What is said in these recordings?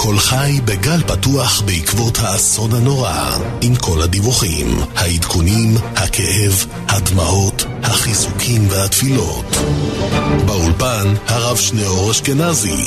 כל חי בגל פתוח בעקבות האסון הנורא, עם כל הדיווחים, העדכונים, הכאב, הדמעות, החיזוקים והתפילות. באולפן הרב שניאור אשכנזי.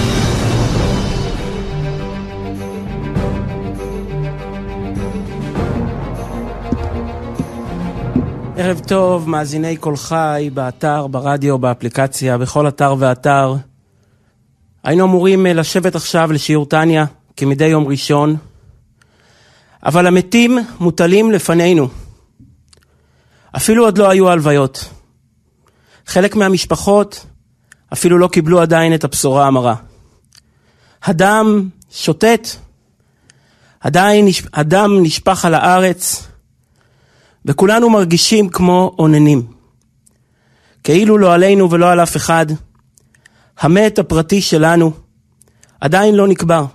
ערב טוב, מאזיני כל חי, באתר, ברדיו, באפליקציה, בכל אתר ואתר. היינו אמורים לשבת עכשיו לשיעור תניה, כמדי יום ראשון, אבל המתים מוטלים לפנינו. אפילו עוד לא היו הלוויות. חלק מהמשפחות אפילו לא קיבלו עדיין את הבשורה המרה. הדם שוטט, הדם נשפך על הארץ, וכולנו מרגישים כמו עוננים. כאילו לא עלינו ולא על אף אחד, המת הפרטי שלנו עדיין לא נקבר.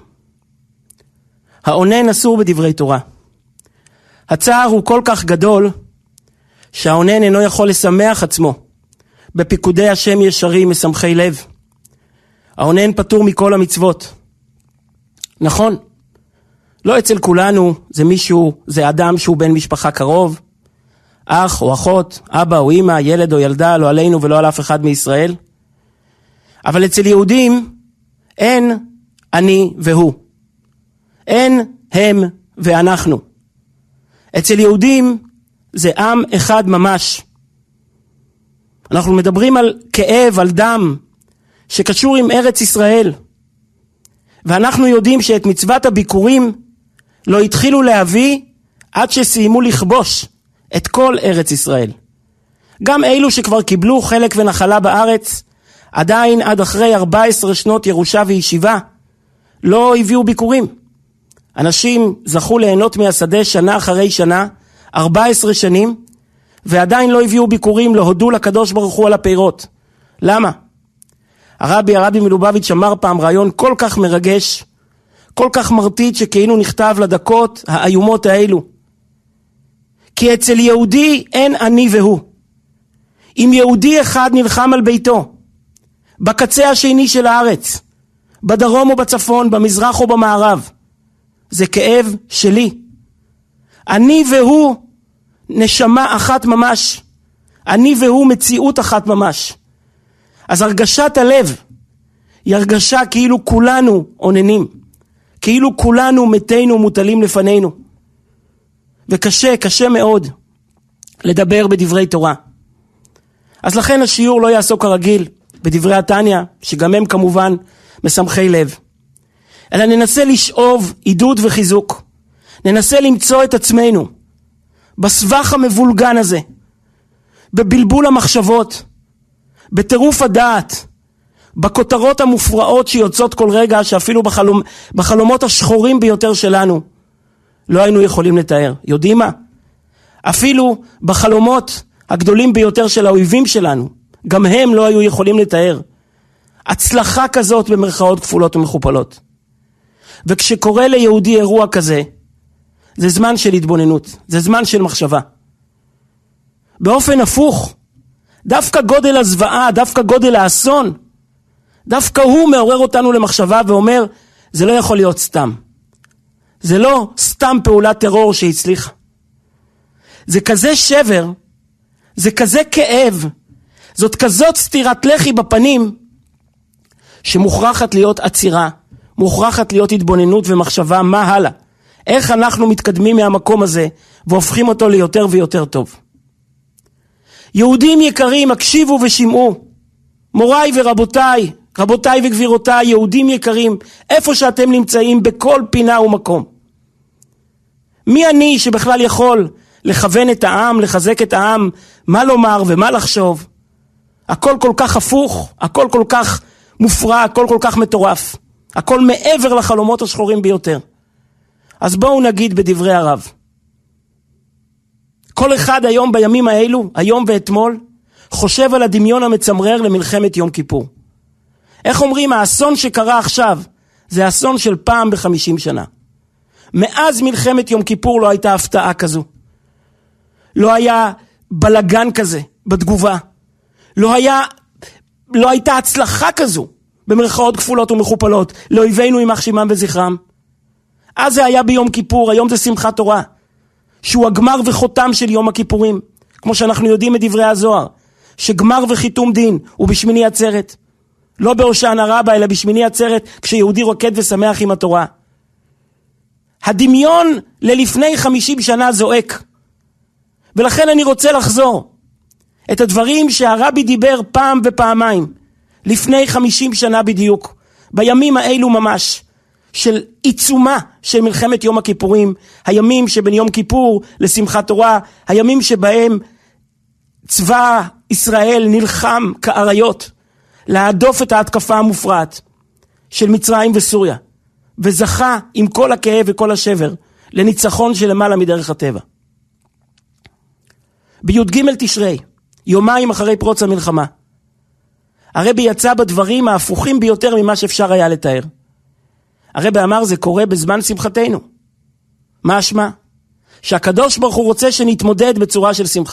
העונן אסור בדברי תורה. הצער הוא כל כך גדול, שהעונן אינו יכול לשמח עצמו. בפיקודי השם ישרים משמחי לב. העונן פטור מכל המצוות. נכון, לא אצל כולנו זה אדם שהוא בן משפחה קרוב, אח או אחות, אבא או אמא, ילד או ילדה, לא עלינו ולא על אף אחד מישראל. אבל אצל יהודים אין אני והוא. אין הם ואנחנו. אצל יהודים זה עם אחד ממש. אנחנו מדברים על כאב, על דם, שקשור עם ארץ ישראל. ואנחנו יודעים שאת מצוות הביקורים לא התחילו להביא עד שסיימו לכבוש את כל ארץ ישראל. גם אלו שכבר קיבלו חלק ונחלה בארץ, עדיין עד אחרי 14 שנות ירושה וישיבה, לא הביאו ביקורים. אנשים זכו ליהנות מהשדה שנה אחרי שנה, 14 שנים, ועדיין לא הביאו ביקורים, לא הודו לקדוש ברוך הוא על הפירות. למה? הרבי מלובביץ' אמר פעם רעיון כל כך מרגש, כל כך מרטיט, שכאילו נכתב לדקות האיומות האלו. כי אצל יהודי אין אני והוא. אם יהודי אחד נלחם על ביתו, בקצה השני של הארץ, בדרום או בצפון, במזרח או במערב, זה כאב שלי. אני והוא נשמה אחת ממש. אני והוא מציאות אחת ממש. אז הרגשת הלב היא הרגשה כאילו כולנו עוננים, כאילו כולנו מתינו מוטלים לפנינו. וקשה מאוד לדבר בדברי תורה. אז לכן השיעור לא יעסוק כרגיל בדברי התניה, שגם הם כמובן משמחי לב. אלא ננסה לשאוב עידוד וחיזוק. ננסה למצוא את עצמנו בסבך המבולגן הזה, בבלבול המחשבות, בטירוף הדעת, בכותרות המופרעות שיוצאות כל רגע, שאפילו בחלומות השחורים ביותר שלנו לא היינו יכולים לתאר. יודעים מה? אפילו בחלומות הגדולים ביותר של האויבים שלנו, גם הם לא היו יכולים לתאר הצלחה כזאת במרכאות כפולות ומכופלות. וכשקורה ליהודי אירוע כזה, זה זמן של התבוננות, זה זמן של מחשבה. באופן הפוך, דווקא גודל הזוועה, דווקא גודל האסון, דווקא הוא מעורר אותנו למחשבה ואומר, זה לא יכול להיות סתם. זה לא סתם פעולת טרור שהצליחה. זה כזה שבר, זה כזה כאב, זאת כזאת סתירת לחי בפנים, שמוכרחת להיות עצירה, מוכרחת להיות התבוננות ומחשבה מה הלאה. איך אנחנו מתקדמים מהמקום הזה והופכים אותו ליותר ויותר טוב. יהודים יקרים, הקשיבו ושמעו. מוריי ורבותיי, רבותיי וגבירותיי, יהודים יקרים, איפה שאתם נמצאים, בכל פינה ומקום. מי אני שבכלל יכול לכוון את העם, לחזק את העם, מה לומר ומה לחשוב? הכל כל כך הפוך, הכל כל כך מופרע, הכל כל כך מטורף. הכל מעבר לחלומות השחורים ביותר. אז בואו נגיד בדברי הרב. כל אחד היום בימים האלו, היום ואתמול, חושב על הדמיון המצמרר למלחמת יום כיפור. איך אומרים, האסון שקרה עכשיו, זה אסון של פעם ב50 שנה. מאז מלחמת יום כיפור לא הייתה הפתעה כזו. לא היה בלגן כזה בתגובה. לא הייתה הצלחה כזו במרכאות כפולות ומכופלות, לאויבינו יימח שמם וזכרם. אז זה היה ביום כיפור, היום זה שמחת תורה, שהוא הגמר וחותם של יום הכיפורים, כמו שאנחנו יודעים מדברי הזוהר, שגמר וחיתום דין הוא בשמיני עצרת, לא בהושענא רבה אלא בשמיני עצרת, כשיהודי רוקד ושמח עם התורה. הדמיון ללפני 50 שנה זועק, ולכן אני רוצה לחזור את הדברים שהרבי דיבר פעם ופעמיים, לפני 50 שנה בדיוק, בימים האלו ממש, של עיצומה של מלחמת יום הכיפורים, הימים שבין יום כיפור לשמחת תורה, הימים שבהם צבא ישראל נלחם כאריות, להדוף את ההתקפה המופרעת של מצרים וסוריה, וזכה עם כל הכאב וכל השבר, לניצחון של למעלה מדרך הטבע. בי"ג תשרי, יומיים אחרי פרוץ המלחמה, הרבי יצא בדברים ההפוכים ביותר ממה שאפשר היה לתאר. הרבי אמר, זה קורה בזמן שמחתנו. מה השמה? שהקדוש ברוך הוא רוצה שנתמודד בצורה של שמחה.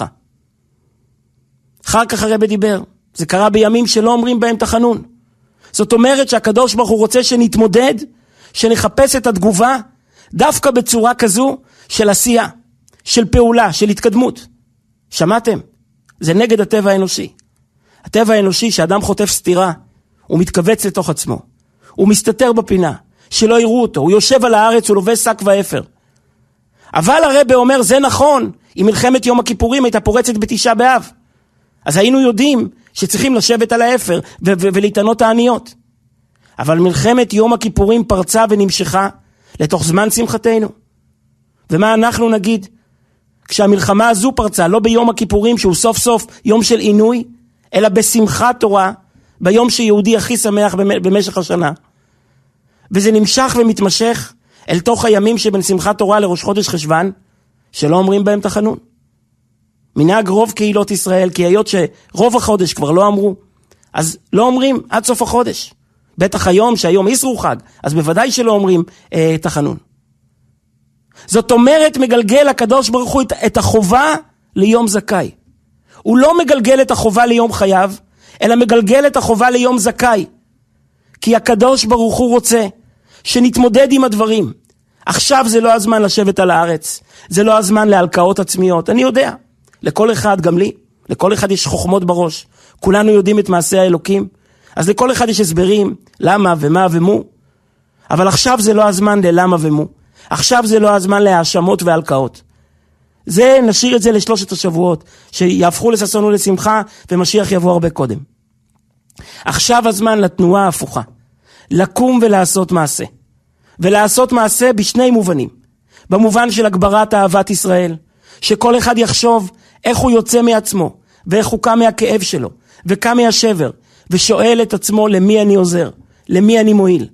אחר כך הרבי דיבר, זה קרה בימים שלא אומרים בהם תחנון. זאת אומרת שהקדוש ברוך הוא רוצה שנתמודד, שנחפש את התגובה, דווקא בצורה כזו של עשייה, של פעולה, של התקדמות. שמעתם? זה נגד הטבע האנושי. הטבע האנושי שאדם חוטף סתירה, הוא מתכווץ לתוך עצמו. הוא מסתתר בפינה, שלא יראו אותו, הוא יושב על הארץ, הוא לובש שק ואפר. אבל הרבי אומר, זה נכון, אם מלחמת יום הכיפורים הייתה פורצת בתשעה באב. אז היינו יודעים שצריכים לשבת על האפר ולהתענות העניות. אבל מלחמת יום הכיפורים פרצה ונמשכה לתוך זמן שמחתנו. ומה אנחנו נגיד? כשהמלחמה הזו פרצה, לא ביום הכיפורים שהוא סוף סוף יום של עינוי, אלא בשמחת תורה, ביום שיהודי הכי שמח במשך השנה. וזה נמשך ומתמשך אל תוך הימים שבין שמחת תורה לראש חודש חשבן, שלא אומרים בהם תחנון. מנהג רוב קהילות ישראל, כי היות שרוב החודש כבר לא אמרו, אז לא אומרים עד סוף החודש. בטח היום, שהיום יסרו חג, אז בוודאי שלא אומרים תחנון. זאת אומרת, מגלגל הקדוש ברוך הוא את החובה ליום זכאי. הוא לא מגלגל את החובה ליום חייו, אלא מגלגל את החובה ליום זכאי. כי הקדוש ברוך הוא רוצה שנתמודד עם הדברים. עכשיו זה לא הזמן לשבת על הארץ, זה לא הזמן להלקאות עצמיות. אני יודע, לכל אחד, גם לי, לכל אחד יש חוכמות בראש. כולנו יודעים את מעשי האלוקים, אז לכל אחד יש הסברים, למה ומה ומו. אבל עכשיו זה לא הזמן ללמה ומו. עכשיו זה לא הזמן להאשמות והלקאות. זה, נשאיר את זה לשלושת השבועות, שיהפכו לששון ולשמחה, ומשיח יבוא הרבה קודם. עכשיו הזמן לתנועה ההפוכה. לקום ולעשות מעשה. ולעשות מעשה בשני מובנים. במובן של הגברת אהבת ישראל, שכל אחד יחשוב איך הוא יוצא מעצמו, ואיך הוא קם מהכאב שלו, וקם מהשבר, ושואל את עצמו למי אני עוזר, למי אני מועיל.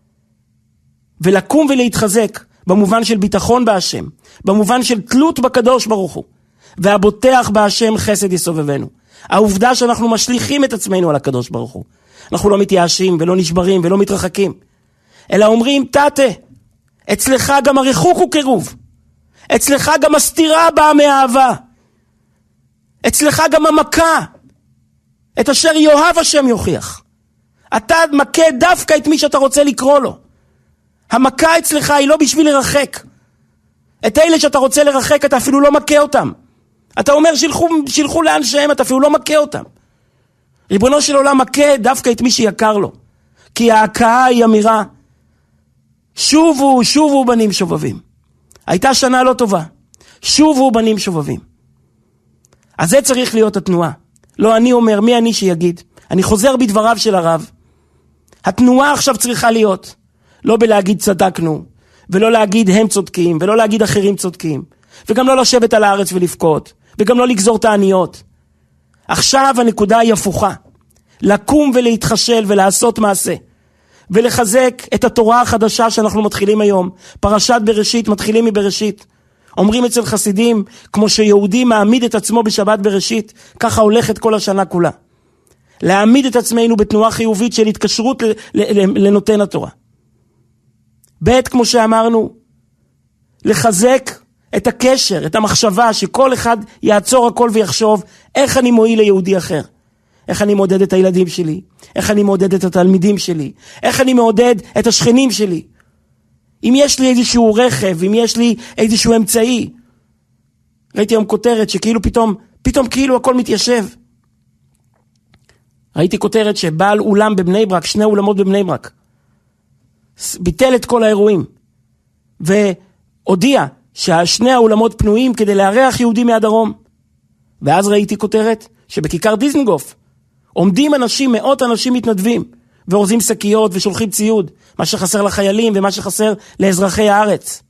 ולקום ולהתחזק במובן של ביטחון בהשם, במובן של תלות בקדוש ברוך הוא, והבוטח בהשם חסד יסובבנו. העובדה שאנחנו משליכים את עצמנו על הקדוש ברוך הוא. אנחנו לא מתייאשים ולא נשברים ולא מתרחקים, אלא אומרים, תתה, אצלך גם הריחוק הוא קירוב, אצלך גם הסתירה באה מאהבה, אצלך גם המכה, את אשר יאהב השם יוכיח. אתה מכה דווקא את מי שאתה רוצה לקרוא לו. המכה אצלך היא לא בשביל לרחק. את אלה שאתה רוצה לרחק אתה אפילו לא מכה אותם. אתה אומר שילכו לאן שהם, אתה אפילו לא מכה אותם. ריבונו של עולם מכה דווקא את מי שיקר לו. כי ההכאה היא אמירה, שובו, שובו בנים שובבים. הייתה שנה לא טובה. שובו בנים שובבים. אז זה צריך להיות התנועה. לא אני אומר, מי אני שיגיד? אני חוזר בדבריו של הרב. התנועה עכשיו צריכה להיות, לא בלהגיד צדקנו, ולא להגיד הם צודקים, ולא להגיד אחרים צודקים, וגם לא לשבת על הארץ ולבכות, וגם לא לגזור תעניות. עכשיו הנקודה היא הפוכה. לקום ולהתחשל ולעשות מעשה, ולחזק את התורה החדשה שאנחנו מתחילים היום. פרשת בראשית, מתחילים מבראשית. אומרים אצל חסידים, כמו שיהודי מעמיד את עצמו בשבת בראשית, ככה הולכת כל השנה כולה. להעמיד את עצמנו בתנועה חיובית של התקשרות לנותן התורה. ב' כמו שאמרנו, לחזק את הקשר, את המחשבה, שכל אחד יעצור הכל ויחשוב, איך אני מועיל ליהודי אחר? איך אני מעודד את הילדים שלי, איך אני מעודד את התלמידים שלי, איך אני מעודד את השכנים שלי. אם יש לי איזשהו רכב, אם יש לי איזשהו אמצעי. ראיתי היום כותרת שכאילו פתאום כאילו הכל מתיישב. ראיתי כותרת שבעל אולם בבני ברק, 2 אולמות בבני ברק, ביטל את כל האירועים, והודיע שהשני האולמות פנויים כדי לארח יהודים מהדרום. ואז ראיתי כותרת שבכיכר דיזנגוף עומדים אנשים, 100 אנשים מתנדבים, ואורזים שקיות ושולחים ציוד, מה שחסר לחיילים ומה שחסר לאזרחי הארץ.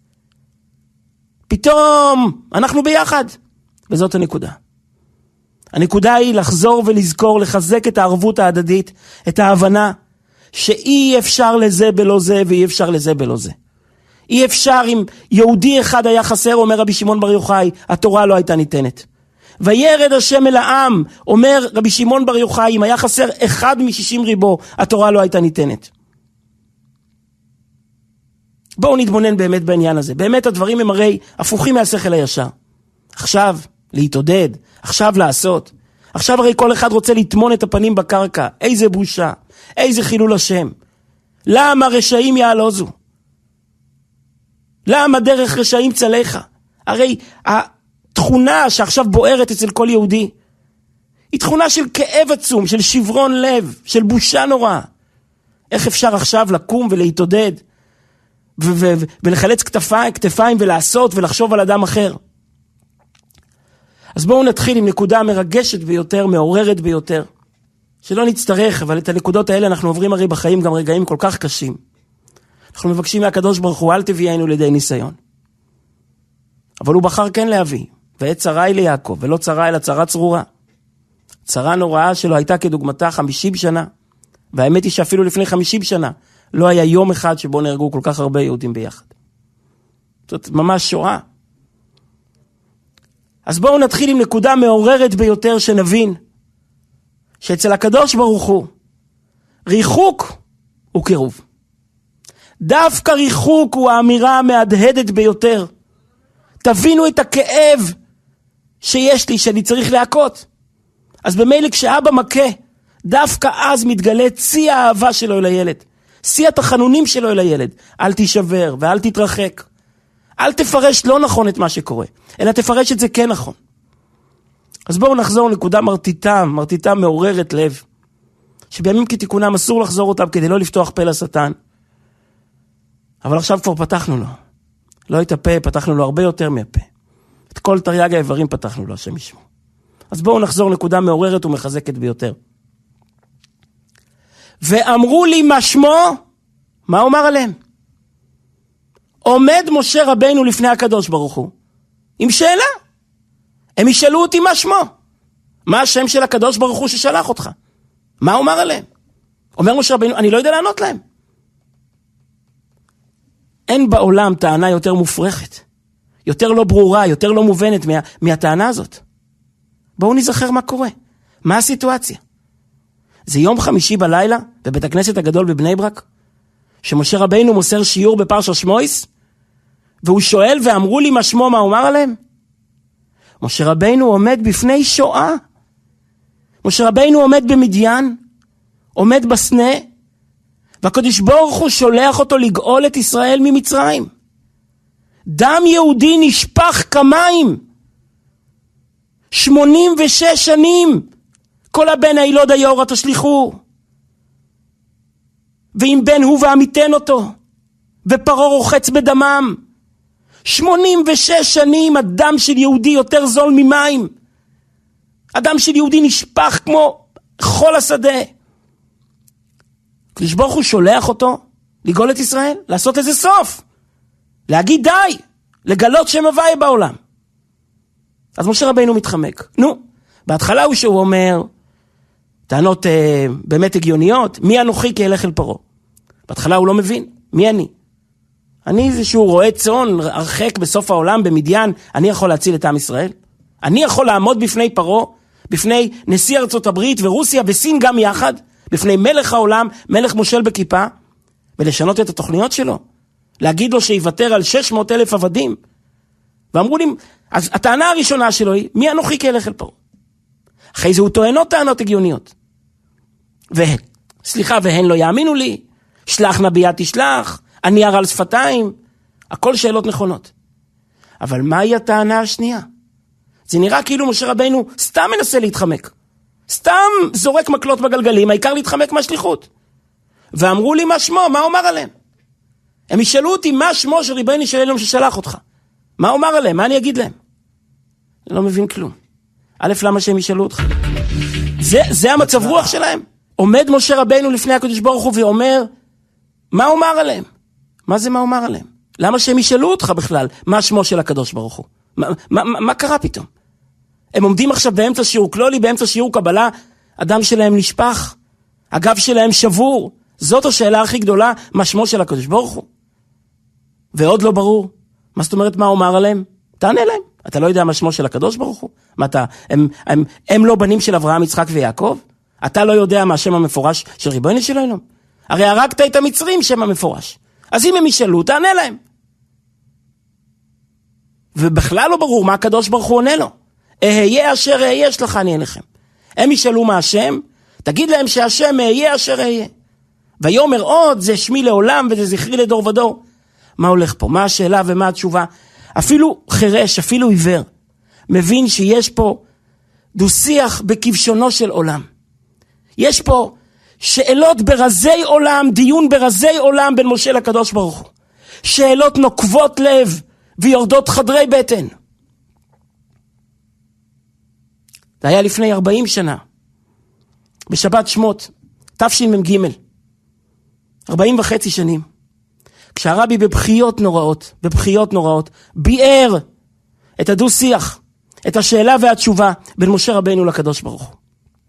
פתאום אנחנו ביחד. וזאת הנקודה. הנקודה היא לחזור ולזכור, לחזק את הערבות ההדדית, את ההבנה שאי אפשר לזה בלא זה ואי אפשר לזה בלא זה. אי אפשר, אם יהודי אחד היה חסר, אומר רבי שמעון בר יוחאי, התורה לא הייתה ניתנת. וירד השם אל העם, אומר רבי שמעון בר יוחאי, אם היה חסר 1 מ-60 ריבו, התורה לא הייתה ניתנת. בואו נתבונן באמת בעניין הזה. באמת הדברים הם הרי הפוכים מהשכל הישר. עכשיו להתעודד, עכשיו לעשות. עכשיו הרי כל אחד רוצה לטמון את הפנים בקרקע. איזה בושה, איזה חילול השם. למה רשעים יעלוזו? למה דרך רשעים צלחה? הרי התכונה שעכשיו בוערת אצל כל יהודי, היא תכונה של כאב עצום, של שברון לב, של בושה נורא. איך אפשר עכשיו לקום ולהתעודד, ולחלץ כתפיים ולעשות ולחשוב על אדם אחר? אז בואו נתחיל עם נקודה מרגשת ביותר, מעוררת ביותר, שלא נצטרך, אבל את הנקודות האלה אנחנו עוברים הרי בחיים גם רגעים כל כך קשים. אנחנו מבקשים מהקדוש ברוך הוא, אל תביאנו לידי ניסיון. אבל הוא בחר כן להביא, ועת צרה היא ליעקב, ולא צרה אלא צרה צרורה. צרה נוראה שלא הייתה כדוגמתה 50 שנה, והאמת היא שאפילו לפני 50 שנה, לא היה יום אחד שבו נהרגו כל כך הרבה יהודים ביחד. זאת ממש שואה. אז בואו נתחיל עם נקודה מעוררת ביותר, שנבין שאצל הקדוש ברוך הוא, ריחוק הוא קירוב. דווקא ריחוק הוא האמירה המהדהדת ביותר. תבינו את הכאב שיש לי, שאני צריך להכות. אז במילא כשאבא מכה, דווקא אז מתגלה צי האהבה שלו אל הילד. צי התחנונים שלו אל הילד. אל תישבר ואל תתרחק. אל תפרש לא נכון את מה שקורה, אלא תפרש את זה כן נכון. אז בואו נחזור נקודה מרטיטה מעוררת לב, שבימים כתיקונם אסור לחזור אותם כדי לא לפתוח פה לשטן. אבל עכשיו כבר פתחנו לו. לא את הפה, פתחנו לו הרבה יותר מהפה. את כל תרי"ג האיברים פתחנו לו, השם ישמור. אז בואו נחזור נקודה מעוררת ומחזקת ביותר. ואמרו לי מה שמו, מה אומר עליהם? עומד משה רבינו לפני הקדוש ברוך הוא, עם שאלה. הם ישאלו אותי מה שמו. מה השם של הקדוש ברוך הוא ששלח אותך? מה אומר עליהם? אומר משה רבינו, אני לא יודע לענות להם. אין בעולם טענה יותר מופרכת, יותר לא ברורה, יותר לא מובנת מהטענה הזאת. בואו נזכר מה קורה. מה הסיטואציה? זה יום חמישי בלילה, בבית הכנסת הגדול בבני ברק, שמשה רבינו מוסר שיעור בפרשת שמועס, והוא שואל, ואמרו לי מה שמו, מה אומר עליהם? משה רבינו עומד בפני שואה. משה רבינו עומד במדיין, עומד בסנה, והקדוש ברוך הוא שולח אותו לגאול את ישראל ממצרים. דם יהודי נשפך כמים. 86 שנים. כל הבן הילוד היורה תשליחו. ואם בן הוא ועמיתן אותו. ופרעה רוחץ בדמם. 86 שנים הדם של יהודי יותר זול ממים. הדם של יהודי נשפך כמו חול השדה. הקדוש ברוך הוא שולח אותו לגאול את ישראל, לעשות איזה סוף, להגיד די, לגלות שם הוויה בעולם. אז משה רבינו מתחמק. בהתחלה שהוא אומר טענות באמת הגיוניות, מי אנוכי כי אלך אל פרעה. בהתחלה הוא לא מבין, מי אני? אני איזשהו רועה צאן הרחק בסוף העולם במדיין, אני יכול להציל את עם ישראל? אני יכול לעמוד בפני פרעה, בפני נשיא ארצות הברית ורוסיה וסין גם יחד, בפני מלך העולם, מלך מושל בכיפה, ולשנות את התוכניות שלו? להגיד לו שיוותר על 600,000 עבדים? ואמרו לי, אז הטענה הראשונה שלו היא, מי אנוכי כי אלך אל פרעה? אחרי זה הוא טוען עוד טענות הגיוניות. והן לא יאמינו לי, שלח נביאה תשלח, הנייר על שפתיים, הכל שאלות נכונות. אבל מהי הטענה השנייה? זה נראה כאילו משה רבינו סתם מנסה להתחמק. סתם זורק מקלות בגלגלים, העיקר להתחמק מהשליחות. ואמרו לי מה שמו, מה אומר עליהם? הם ישאלו אותי מה שמו של ריבונו של עולם ששלח אותך. מה אומר עליהם? מה אני אגיד להם? אני לא מבין כלום. א', למה שהם ישאלו אותך? זה המצב רוח שלהם. עומד משה רבינו לפני הקדוש ברוך הוא ואומר, מה אומר עליהם? מה זה מה אומר עליהם? למה שהם ישאלו אותך בכלל? מה שמו של הקדוש ברוך הוא? מה קרה פתאום? הם עומדים עכשיו באמצע שיעור כלולי, באמצע שיעור קבלה, הדם שלהם נשפך, הגב שלהם שבור. זאת השאלה הכי גדולה, מה שמו של הקדוש ברוך הוא? ועוד לא ברור. מה זאת אומרת מה אומר עליהם? תענה להם. אתה לא יודע מה שמו של הקדוש ברוך הוא? מה אתה, הם לא בנים של אברהם, יצחק ויעקב? אתה לא יודע מה השם המפורש של ריבונו של עולם? הרי הרגת את המצרים שם המפורש. אז אם הם ישאלו, תענה להם. ובכלל לא ברור מה הקדוש ברוך הוא עונה לו. אהיה אשר אהיה שלחני אליכם. הם ישאלו מה השם, תגיד להם שהשם אהיה אשר אהיה. ויאמר עוד, זה שמי לעולם וזה זכרי לדור ודור. מה הולך פה? מה השאלה ומה התשובה? אפילו חירש, אפילו עיוור, מבין שיש פה דו-שיח בכבשונו של עולם. יש פה שאלות ברזי עולם, דיון ברזי עולם בין משה לקדוש ברוך הוא. שאלות נוקבות לב ויורדות חדרי בטן. זה היה לפני 40 שנה, בשבת שמות, תשמ"ג, 40.5 שנים, כשהרבי בבחיות נוראות, ביאר את הדו-שיח, את השאלה והתשובה בין משה רבינו לקדוש ברוך הוא.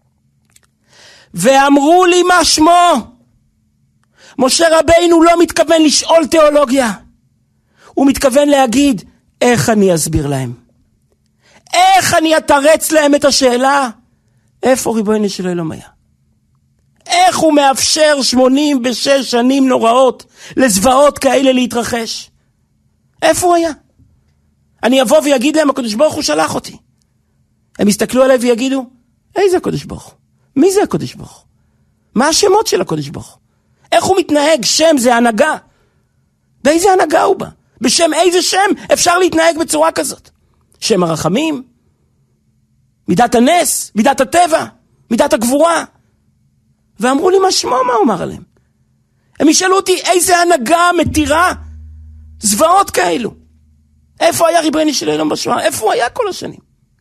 ואמרו לי מה שמו. משה רבינו לא מתכוון לשאול תיאולוגיה, הוא מתכוון להגיד, איך אני אסביר להם? איך אני אתרץ להם את השאלה? איפה ריבונו של עולם היה? איך הוא מאפשר 86 שנים נוראות לזוועות כאלה להתרחש? איפה הוא היה? אני אבוא ויגיד להם, הקדוש ברוך הוא שלח אותי. הם יסתכלו עליי ויגידו, איזה הקדוש ברוך הוא? מי זה הקדוש ברוך הוא? מה השמות של הקדוש ברוך הוא? איך הוא מתנהג? שם זה הנהגה. באיזה הנהגה הוא בא? בשם איזה שם אפשר להתנהג בצורה כזאת? שם הרחמים? מידת הנס? מידת הטבע? מידת הגבורה? ואמרו לי מה שמו, מה אומר עליהם? הם ישאלו אותי איזה הנהגה מתירה זוועות כאלו. איפה היה ריבונו של עולם בשואה? איפה הוא היה כל השנים?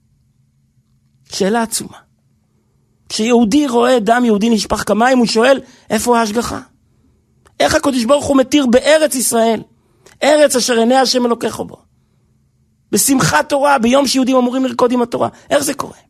שאלה עצומה. כשיהודי רואה דם יהודי נשפך כמים, הוא שואל איפה ההשגחה? איך הקדוש ברוך הוא מתיר בארץ ישראל, ארץ אשר עיני השם אלוקיך בו, בשמחת תורה, ביום שיהודים אמורים לרקוד עם התורה? איך זה קורה?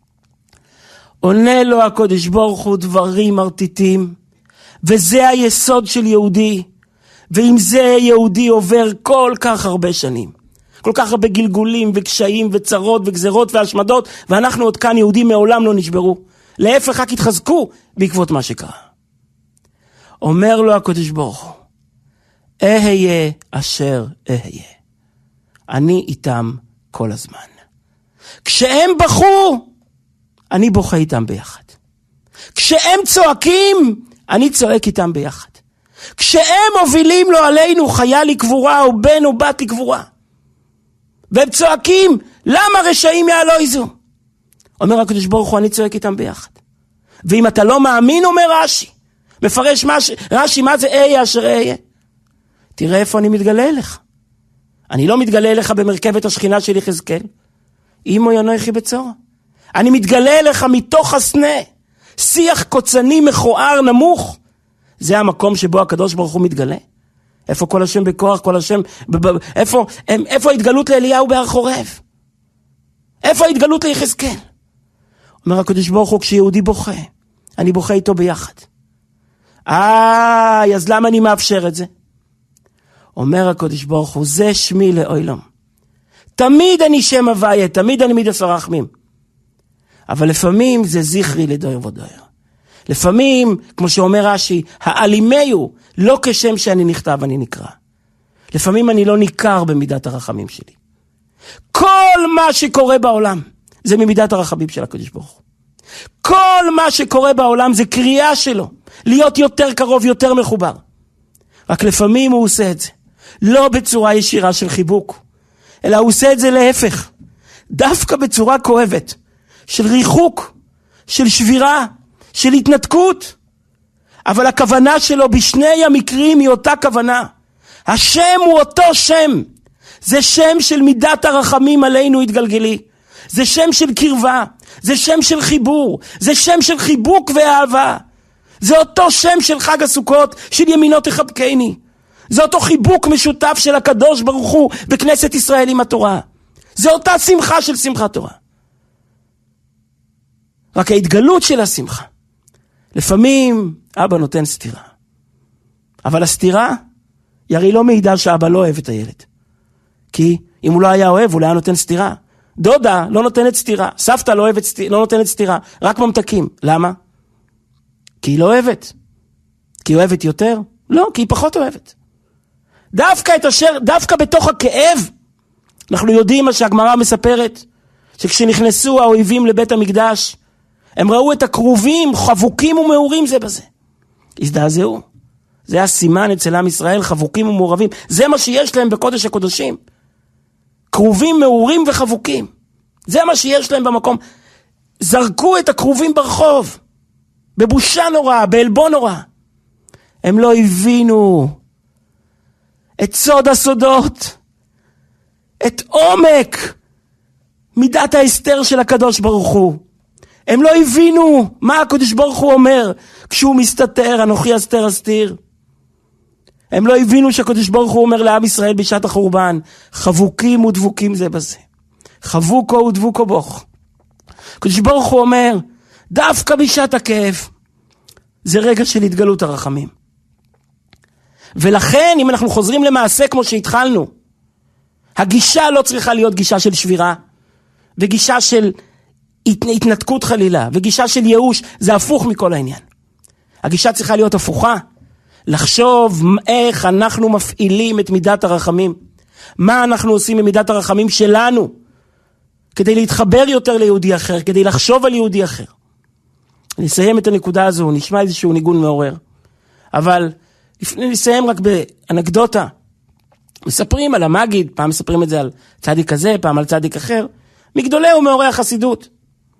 עונה לו הקדוש ברוך הוא דברים מרטיטים, וזה היסוד של יהודי, ועם זה יהודי עובר כל כך הרבה שנים, כל כך הרבה גלגולים וקשיים וצרות וגזרות והשמדות, ואנחנו עוד כאן יהודים מעולם לא נשברו, להפך רק התחזקו בעקבות מה שקרה. אומר לו הקדוש ברוך הוא, אהיה אשר אהיה, אני איתם כל הזמן. כשהם בכו, אני בוכה איתם ביחד. כשהם צועקים, אני צועק איתם ביחד. כשהם מובילים לו עלינו חייל לקבורה או בן או בת לקבורה, והם צועקים, למה רשעים יעלוזו? אומר הקדוש ברוך הוא, אני צועק איתם ביחד. ואם אתה לא מאמין, אומר רש"י, מפרש רש"י מה זה אהיה אשר אהיה. תראה איפה אני מתגלה אליך. אני לא מתגלה אליך במרכבת השכינה של יחזקאל, אמו ינוחי בצורה. אני מתגלה אליך מתוך הסנה, שיח קוצני מכוער נמוך. זה המקום שבו הקדוש ברוך הוא מתגלה. איפה כל השם בכוח, כל השם, איפה ההתגלות לאליהו בהר חורב? איפה ההתגלות ליחזקאל? אומר הקדוש ברוך הוא, כשיהודי בוכה, אני בוכה איתו ביחד. אז למה אני מאפשר את זה? אומר הקדוש ברוך הוא, זה שמי לעולם. תמיד אני שם הוויה, תמיד אני מידת הרחמים. אבל לפעמים זה זכרי לדור ודור. לפעמים, כמו שאומר רש"י, העלימיהו, לא כשם שאני נכתב אני נקרא. לפעמים אני לא ניכר במידת הרחמים שלי. כל מה שקורה בעולם, זה ממידת הרחמים של הקדוש ברוך הוא. כל מה שקורה בעולם זה קריאה שלו, להיות יותר קרוב, יותר מחובר. רק לפעמים הוא עושה את זה, לא בצורה ישירה של חיבוק, אלא הוא עושה את זה להפך, דווקא בצורה כואבת, של ריחוק, של שבירה, של התנתקות. אבל הכוונה שלו בשני המקרים היא אותה כוונה. השם הוא אותו שם. זה שם של מידת הרחמים עלינו התגלגלי. זה שם של קרבה. זה שם של חיבור. זה שם של חיבוק ואהבה. זה אותו שם של חג הסוכות, של ימינו תחבקני. זה אותו חיבוק משותף של הקדוש ברוך הוא בכנסת ישראל עם התורה. זה אותה שמחה של שמחת תורה. רק ההתגלות של השמחה. לפעמים אבא נותן סתירה. אבל הסתירה, ירי לא מעידה שאבא לא אוהב את הילד. כי אם הוא לא היה אוהב, הוא לא היה נותן סתירה. דודה לא נותנת סתירה. סבתא לא נותנת סתירה. רק ממתקים. למה? כי היא לא אוהבת. כי היא אוהבת יותר? לא, כי היא פחות אוהבת. דווקא בתוך הכאב, אנחנו יודעים מה שהגמרא מספרת, שכשנכנסו האויבים לבית המקדש, הם ראו את הקרובים, חבוקים ומעורים זה בזה. הזדעזעו. זה הסימן אצל עם ישראל, חבוקים ומעורבים. זה מה שיש להם בקודש הקודשים. קרובים, מעורים וחבוקים. זה מה שיש להם במקום. זרקו את הקרובים ברחוב. בבושה נורא, באלבון נורא. הם לא הבינו את סוד הסודות. את עומק מידת ההסתר של הקדוש ברוך הוא. הם לא הבינו מה הקדוש ברוך הוא אומר כשהוא מסתתר, אנוכי אסתר אסתיר. הם לא הבינו שהקדוש ברוך הוא אומר לעם ישראל בשעת החורבן, חבוקים ודבוקים זה בזה. חבוקו ודבוקו בוך. הקדוש ברוך הוא אומר, דווקא בשעת הכאב, זה רגע של התגלות הרחמים. ולכן, אם אנחנו חוזרים למעשה כמו שהתחלנו, הגישה לא צריכה להיות גישה של שבירה, וגישה של התנתקות חלילה, וגישה של ייאוש, זה הפוך מכל העניין. הגישה צריכה להיות הפוכה, לחשוב איך אנחנו מפעילים את מידת הרחמים, מה אנחנו עושים במידת הרחמים שלנו, כדי להתחבר יותר ליהודי אחר, כדי לחשוב על יהודי אחר. אני אסיים את הנקודה הזו, נשמע איזשהו ניגון מעורר, אבל לפני נסיים רק באנקדוטה, מספרים על המגיד, פעם מספרים את זה על צדיק כזה, פעם על צדיק אחר, מגדולי ומעורי החסידות.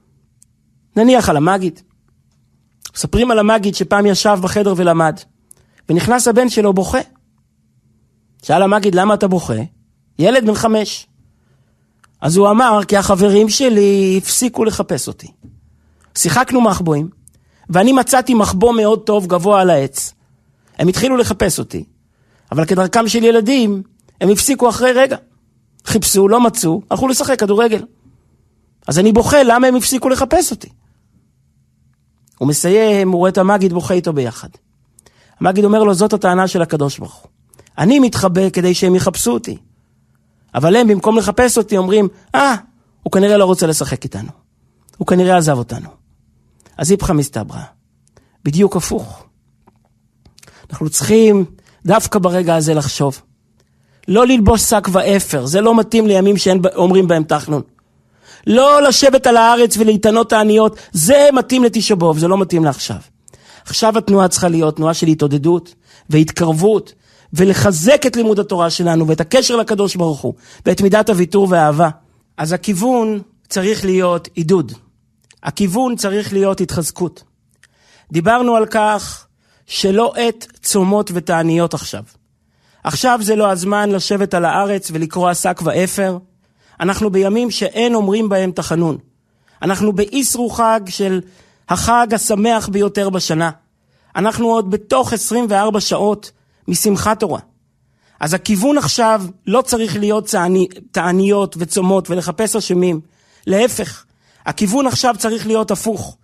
נניח על המגיד. מספרים על המגיד שפעם ישב בחדר ולמד, ונכנס הבן שלו בוכה. שאל המגיד, למה אתה בוכה? ילד בן 5. אז הוא אמר, כי החברים שלי הפסיקו לחפש אותי. שיחקנו מחבואים, ואני מצאתי מחבוא מאוד טוב גבוה על העץ. הם התחילו לחפש אותי, אבל כדרכם של ילדים, הם הפסיקו אחרי רגע. חיפשו, לא מצאו, הלכו לשחק כדורגל. אז אני בוכה, למה הם הפסיקו לחפש אותי? הוא מסיים, הוא רואה את המגיד, בוכה איתו ביחד. המגיד אומר לו, זאת הטענה של הקדוש ברוך הוא. אני מתחבא כדי שהם יחפשו אותי. אבל הם במקום לחפש אותי אומרים, הוא כנראה לא רוצה לשחק איתנו. הוא כנראה עזב אותנו. אז איפכא מסתברא. בדיוק הפוך. אנחנו צריכים דווקא ברגע הזה לחשוב. לא ללבוש שק ואפר, זה לא מתאים לימים שאין אומרים בהם תחנון. לא לשבת על הארץ ולהתענות העניות, זה מתאים לתשעה באב, זה לא מתאים לעכשיו. עכשיו התנועה צריכה להיות תנועה של התעודדות והתקרבות, ולחזק את לימוד התורה שלנו ואת הקשר לקדוש ברוך הוא, ואת מידת הוויתור והאהבה. אז הכיוון צריך להיות עידוד. הכיוון צריך להיות התחזקות. דיברנו על כך שלא עת צומות ותעניות עכשיו. עכשיו זה לא הזמן לשבת על הארץ ולקרוא שק ואפר. אנחנו בימים שאין אומרים בהם תחנון. אנחנו באיסרו חג של החג השמח ביותר בשנה. אנחנו עוד בתוך 24 שעות משמחת תורה. אז הכיוון עכשיו לא צריך להיות תעניות וצומות ולחפש אשמים. להפך, הכיוון עכשיו צריך להיות הפוך.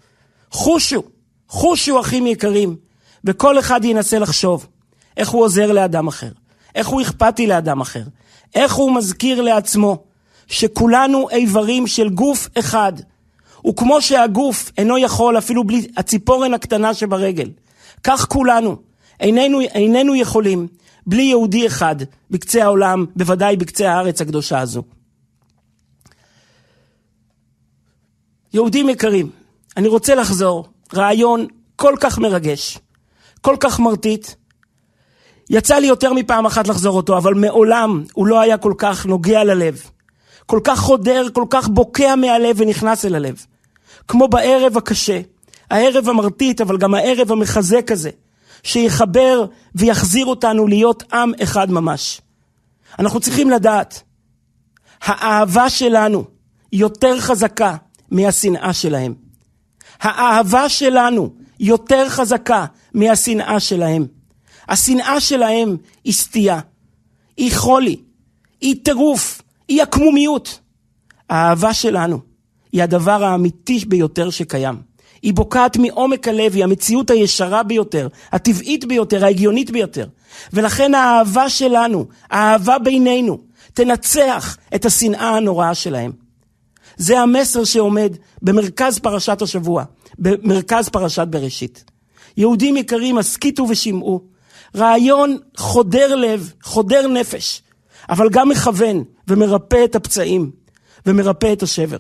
חושו אחים יקרים, וכל אחד ינסה לחשוב איך הוא עוזר לאדם אחר, איך הוא אכפתי לאדם אחר, איך הוא מזכיר לעצמו שכולנו איברים של גוף אחד, וכמו שהגוף אינו יכול אפילו בלי הציפורן הקטנה שברגל, כך כולנו איננו יכולים בלי יהודי אחד בקצה העולם, בוודאי בקצה הארץ הקדושה הזו. יהודים יקרים, אני רוצה לחזור, רעיון כל כך מרגש, כל כך מרטיט, יצא לי יותר מפעם אחת לחזור אותו, אבל מעולם הוא לא היה כל כך נוגע ללב, כל כך חודר, כל כך בוקע מהלב ונכנס אל הלב, כמו בערב הקשה, הערב המרטיט, אבל גם הערב המחזק הזה, שיחבר ויחזיר אותנו להיות עם אחד ממש. אנחנו צריכים לדעת, האהבה שלנו יותר חזקה מהשנאה שלהם. האהבה שלנו יותר חזקה מהשנאה שלהם. השנאה שלהם היא סטייה, היא חולי, היא טירוף, היא הקמומיות. האהבה שלנו היא הדבר האמיתי ביותר שקיים. היא בוקעת מעומק הלב, היא המציאות הישרה ביותר, הטבעית ביותר, ההגיונית ביותר. ולכן האהבה שלנו, האהבה בינינו, תנצח את השנאה הנוראה שלהם. זה המסר שעומד במרכז פרשת השבוע, במרכז פרשת בראשית. יהודים יקרים, הסכיתו ושמעו, רעיון חודר לב, חודר נפש, אבל גם מכוון ומרפא את הפצעים ומרפא את השבר.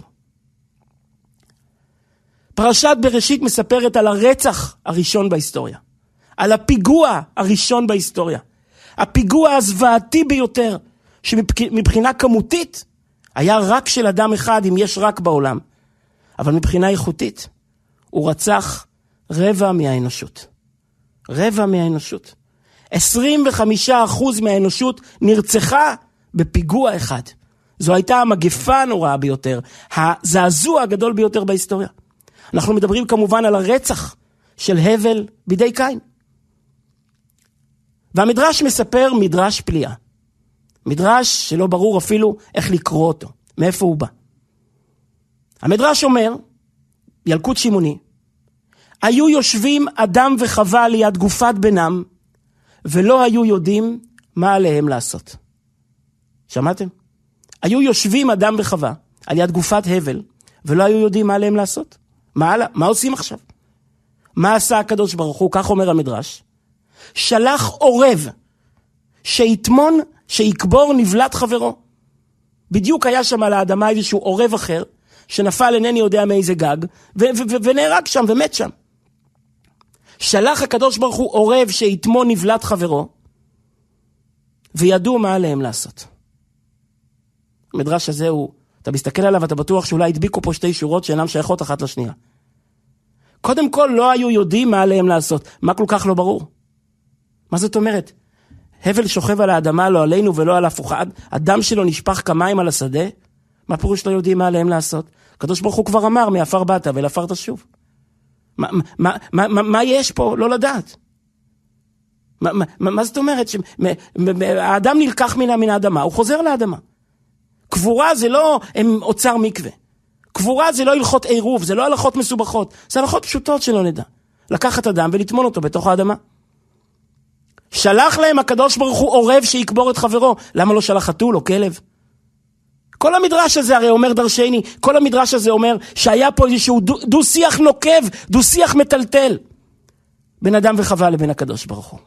פרשת בראשית מספרת על הרצח הראשון בהיסטוריה, על הפיגוע הראשון בהיסטוריה, הפיגוע הזוועתי ביותר, שמבחינה כמותית היה רק של אדם אחד, אם יש רק בעולם, אבל מבחינה איכותית הוא רצח רבע מהאנושות. רבע מהאנושות. 25% מהאנושות נרצחה בפיגוע אחד. זו הייתה המגפה הנוראה ביותר, הזעזוע הגדול ביותר בהיסטוריה. אנחנו מדברים כמובן על הרצח של הבל בידי קין. והמדרש מספר מדרש פליאה. מדרש שלא ברור אפילו איך לקרוא אותו, מאיפה הוא בא. המדרש אומר, ילקוט שמעוני, היו יושבים אדם וחווה ליד גופת בנם, ולא היו יודעים מה עליהם לעשות. שמעתם? היו יושבים אדם וחווה על יד גופת הבל, ולא היו יודעים מה עליהם לעשות. מה עושים עכשיו? מה עשה הקדוש ברוך הוא? כך אומר המדרש. שלח עורב שיתמון, שיקבור נבלת חברו. בדיוק היה שם על האדמה איזשהו עורב אחר, שנפל אינני יודע מאיזה גג, ונהרג שם ומת שם. שלח הקדוש ברוך הוא עורב שיתמון נבלת חברו, וידעו מה עליהם לעשות. המדרש הזה הוא, אתה מסתכל עליו, אתה בטוח שאולי הדביקו פה שתי שורות שאינן שייכות אחת לשנייה. קודם כל לא היו יודעים מה עליהם לעשות. מה כל כך לא ברור? מה זאת אומרת? הבל שוכב על האדמה, לא עלינו ולא על אף אחד, הדם שלו נשפך כמים על השדה, מה פירוש לא יודעים מה עליהם לעשות? הקדוש ברוך הוא כבר אמר, מעפר באת ולעפר תשוב. מה יש פה? לא לדעת. מה זאת אומרת? האדם נלקח מן האדמה, הוא חוזר לאדמה. קבורה זה לא אוצר מקווה. קבורה זה לא הלכות עירוב, זה לא הלכות מסובכות, זה הלכות פשוטות שלא נדע. לקחת אדם ולטמון אותו בתוך האדמה. שלח להם הקדוש ברוך הוא עורב שיקבור את חברו. למה לא שלח חתול או כלב? כל המדרש הזה הרי אומר דרשני, כל המדרש הזה אומר שהיה פה איזשהו דו שיח נוקב, דו שיח מטלטל, בין אדם וחווה לבין הקדוש ברוך הוא.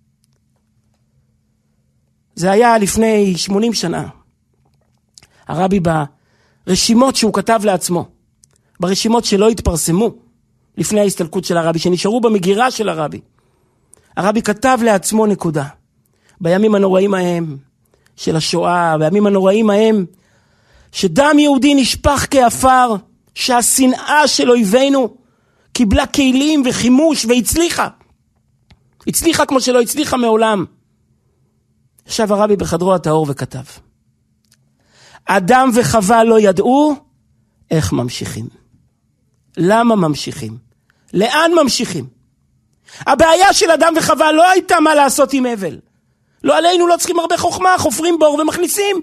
זה היה לפני 80 שנה. הרבי ברשימות שהוא כתב לעצמו, ברשימות שלא התפרסמו לפני ההסתלקות של הרבי, שנשארו במגירה של הרבי כתב לעצמו נקודה. בימים הנוראים ההם של השואה, בימים הנוראים ההם שדם יהודי נשפך כאפר, שהשנאה של אויבינו קיבלה כלים וחימוש והצליחה. הצליחה כמו שלא הצליחה מעולם. ישב הרבי בחדרו הטהור וכתב, אדם וחווה לא ידעו איך ממשיכים. למה ממשיכים? לאן ממשיכים? הבעיה של אדם וחווה לא הייתה מה לעשות עם הבל. לא עלינו, לא צריכים הרבה חוכמה, חופרים בור ומכניסים.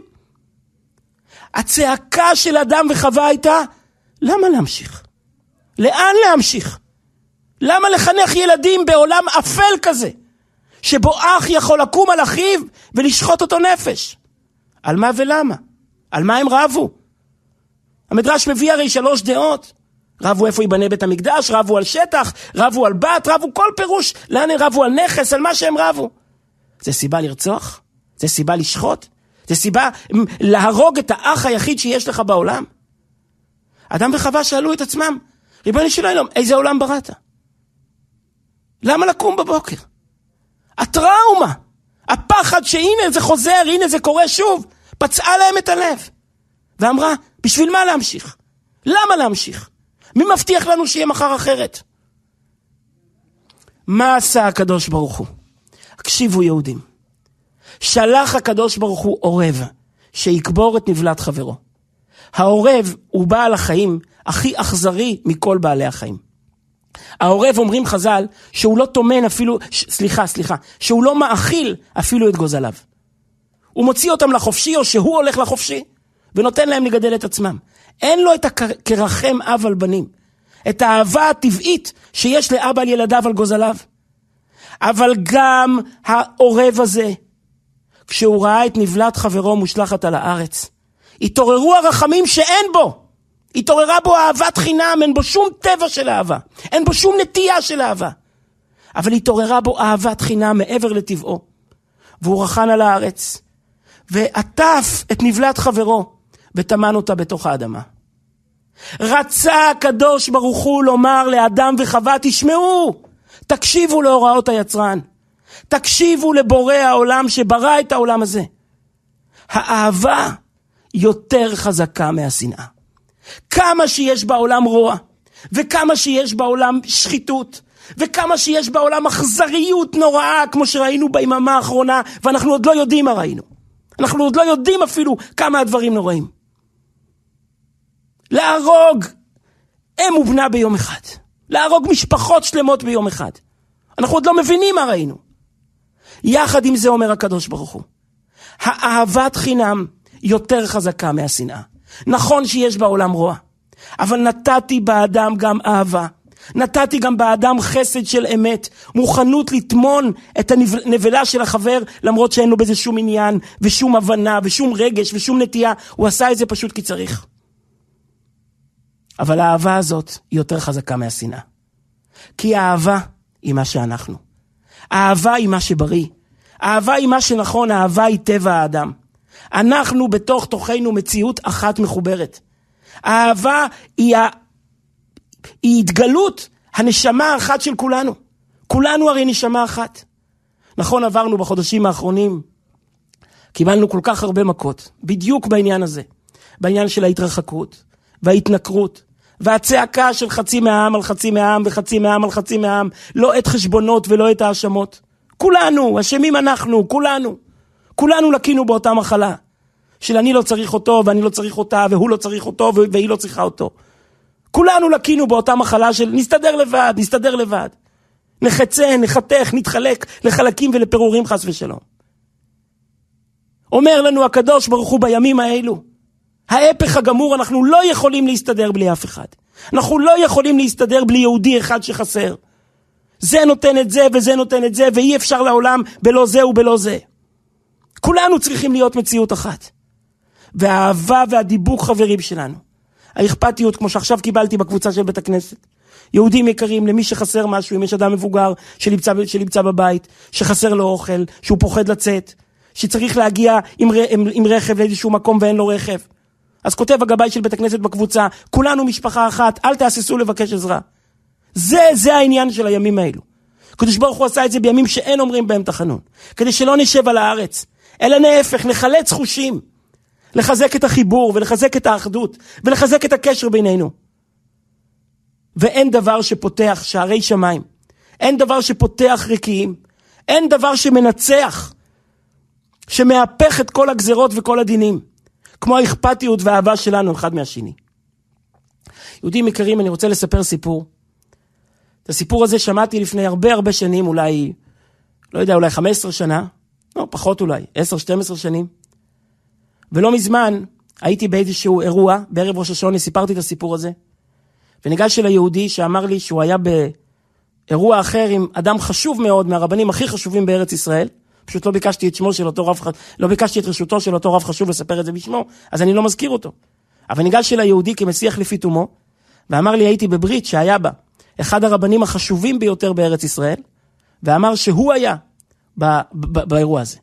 הצעקה של אדם וחווה הייתה, למה להמשיך? לאן להמשיך? למה לחנך ילדים בעולם אפל כזה, שבו אח יכול לקום על אחיו ולשחוט אותו נפש? על מה ולמה? על מה הם רבו? המדרש מביא הרי 3 דעות. רבו איפה ייבנה בית המקדש, רבו על שטח, רבו על בת, רבו כל פירוש. לאן הם רבו? על נכס, על מה שהם רבו. זה סיבה לרצוח? זה סיבה לשחוט? זה סיבה להרוג את האח היחיד שיש לך בעולם? אדם וחווה שאלו את עצמם, ריבונו של עולם, איזה עולם בראת? למה לקום בבוקר? הטראומה, הפחד שהנה זה חוזר, הנה זה קורה שוב, פצעה להם את הלב. ואמרה, בשביל מה להמשיך? למה להמשיך? מי מבטיח לנו שיהיה מחר אחרת? מה עשה הקדוש ברוך הוא? הקשיבו יהודים. שלח הקדוש ברוך הוא עורב, שיקבור את נבלת חברו. העורב הוא בעל החיים הכי אכזרי מכל בעלי החיים. העורב אומרים חז"ל שהוא לא תומן אפילו, שהוא לא מאכיל אפילו את גוזליו. הוא מוציא אותם לחופשי או שהוא הולך לחופשי ונותן להם לגדל את עצמם. אין לו את כרחם אב על בנים, את האהבה הטבעית שיש לאבא על ילדיו על גוזליו. אבל גם העורב הזה, כשהוא ראה את נבלת חברו מושלחת על הארץ, התעוררו הרחמים שאין בו. התעוררה בו אהבת חינם, אין בו שום טבע של אהבה, אין בו שום נטייה של אהבה. אבל התעוררה בו אהבת חינם מעבר לטבעו. והוא רחן על הארץ, ועטף את נבלת חברו, וטמן אותה בתוך האדמה. רצה הקדוש ברוך הוא לומר לאדם וחווה, תשמעו, תקשיבו להוראות היצרן. תקשיבו לבורא העולם שברא את העולם הזה. האהבה יותר חזקה מהשנאה. כמה שיש בעולם רוע, וכמה שיש בעולם שחיתות, וכמה שיש בעולם אכזריות נוראה, כמו שראינו ביממה האחרונה, ואנחנו עוד לא יודעים מה ראינו. אנחנו עוד לא יודעים אפילו כמה הדברים נוראים. להרוג אם ובנה ביום אחד. להרוג משפחות שלמות ביום אחד. אנחנו עוד לא מבינים מה ראינו. יחד עם זה אומר הקדוש ברוך הוא, האהבת חינם יותר חזקה מהשנאה. נכון שיש בעולם רוע, אבל נתתי באדם גם אהבה. נתתי גם באדם חסד של אמת, מוכנות לתמון את הנבלה של החבר, למרות שאין לו בזה שום עניין, ושום הבנה, ושום רגש, ושום נטייה. הוא עשה את זה פשוט כי צריך. אבל האהבה הזאת היא יותר חזקה מהשנאה. כי האהבה היא מה שאנחנו. האהבה היא מה שבריא. האהבה היא מה שנכון, האהבה היא טבע האדם. אנחנו בתוך תוכנו מציאות אחת מחוברת. האהבה היא התגלות הנשמה האחת של כולנו. כולנו הרי נשמה אחת. נכון, עברנו בחודשים האחרונים, קיבלנו כל כך הרבה מכות, בדיוק בעניין הזה. בעניין של ההתרחקות וההתנכרות, והצעקה של חצי מהעם על חצי מהעם, וחצי מהעם על חצי מהעם, לא את חשבונות ולא את האשמות. כולנו, אשמים אנחנו, כולנו לקינו באותה מחלה, של אני לא צריך אותו, ואני לא צריך אותה, והוא לא צריך אותו, והיא לא צריכה אותו. כולנו לקינו באותה מחלה של נסתדר לבד. נחצה, נחתך, נתחלק לחלקים ולפירורים חס ושלום. אומר לנו הקדוש ברוך הוא בימים האלו, ההפך הגמור, אנחנו לא יכולים להסתדר בלי אף אחד. אנחנו לא יכולים להסתדר בלי יהודי אחד שחסר. זה נותן את זה וזה נותן את זה, ואי אפשר לעולם בלא זה ובלא זה. כולנו צריכים להיות מציאות אחת. והאהבה והדיבוק חברים שלנו. האכפתיות, כמו שעכשיו קיבלתי בקבוצה של בית הכנסת. יהודים יקרים, למי שחסר משהו, אם יש אדם מבוגר שנמצא בבית, שחסר לו אוכל, שהוא פוחד לצאת, שצריך להגיע עם רכב לאיזשהו מקום ואין לו רכב. אז כותב הגבאי של בית הכנסת בקבוצה, כולנו משפחה אחת, אל תהססו לבקש עזרה. זה העניין של הימים האלו. הקדוש ברוך הוא עשה את זה בימים שאין אומרים בהם תחנון. כדי שלא נשב על הארץ, אלא להפך, נחלץ חושים. לחזק את החיבור ולחזק את האחדות ולחזק את הקשר בינינו. ואין דבר שפותח שערי שמיים. אין דבר שפותח רקיעים. אין דבר שמנצח, שמהפך את כל הגזרות וכל הדינים. כמו האכפתיות והאהבה שלנו אחד מהשני. יהודים יקרים, אני רוצה לספר סיפור. את הסיפור הזה שמעתי לפני הרבה שנים, אולי 15 שנה, לא, פחות אולי, 10-12 שנים. ולא מזמן הייתי באיזשהו אירוע, בערב ראש השונה, סיפרתי את הסיפור הזה, וניגש אל היהודי שאמר לי שהוא היה באירוע אחר עם אדם חשוב מאוד, מהרבנים הכי חשובים בארץ ישראל, פשוט לא ביקשתי את שמו של אותו רב, לא ביקשתי את רשותו של אותו רב חשוב לספר את זה בשמו, אז אני לא מזכיר אותו. אבל ניגש אל היהודי כמשיח לפי תומו, ואמר לי, הייתי בברית שהיה בה אחד הרבנים החשובים ביותר בארץ ישראל, ואמר שהוא היה באירוע הזה.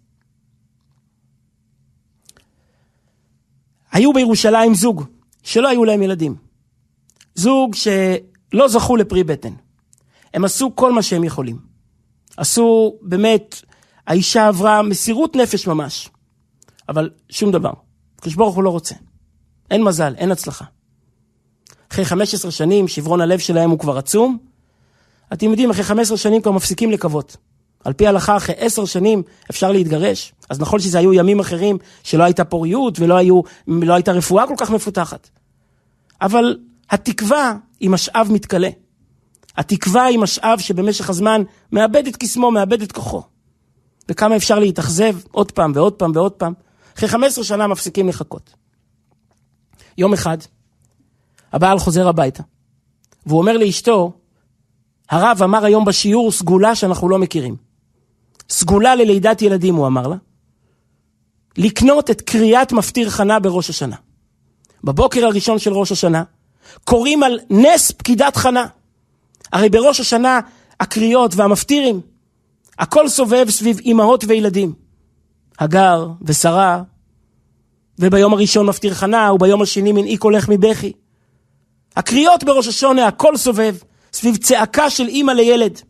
היו בירושלים זוג שלא היו להם ילדים. זוג לא זכו לפרי בטן. הם עשו כל מה שהם יכולים. עשו באמת, האישה עברה מסירות נפש ממש. אבל שום דבר. הקדוש ברוך הוא לא רוצה. אין מזל, אין הצלחה. אחרי 15 שנים, שברון הלב שלהם הוא כבר עצום. אתם יודעים, אחרי 15 שנים כבר מפסיקים לקוות. על פי ההלכה, אחרי 10 שנים אפשר להתגרש. אז נכון שזה היו ימים אחרים שלא הייתה פוריות ולא הייתה רפואה כל כך מפותחת. אבל התקווה היא משאב מתקלה. התקווה היא משאב שבמשך הזמן מאבד את קסמו, מאבד את כוחו. וכמה אפשר להתאכזב עוד פעם ועוד פעם ועוד פעם. אחרי 15 שנה מפסיקים לחכות. יום אחד, הבעל חוזר הביתה, והוא אומר לאשתו, הרב אמר היום בשיעור סגולה שאנחנו לא מכירים. סגולה ללידת ילדים, הוא אמר לה. לקנות את קריאת מפטיר חנה בראש השנה. בבוקר הראשון של ראש השנה, קוראים על נס פקידת חנה. הרי בראש השנה, הקריאות והמפטירים, הכל סובב סביב אמהות וילדים. הגר ושרה, וביום הראשון מפטיר חנה, וביום השני מנעי קולך מבכי. הקריאות בראש השונה, הכל סובב סביב צעקה של אמא לילד.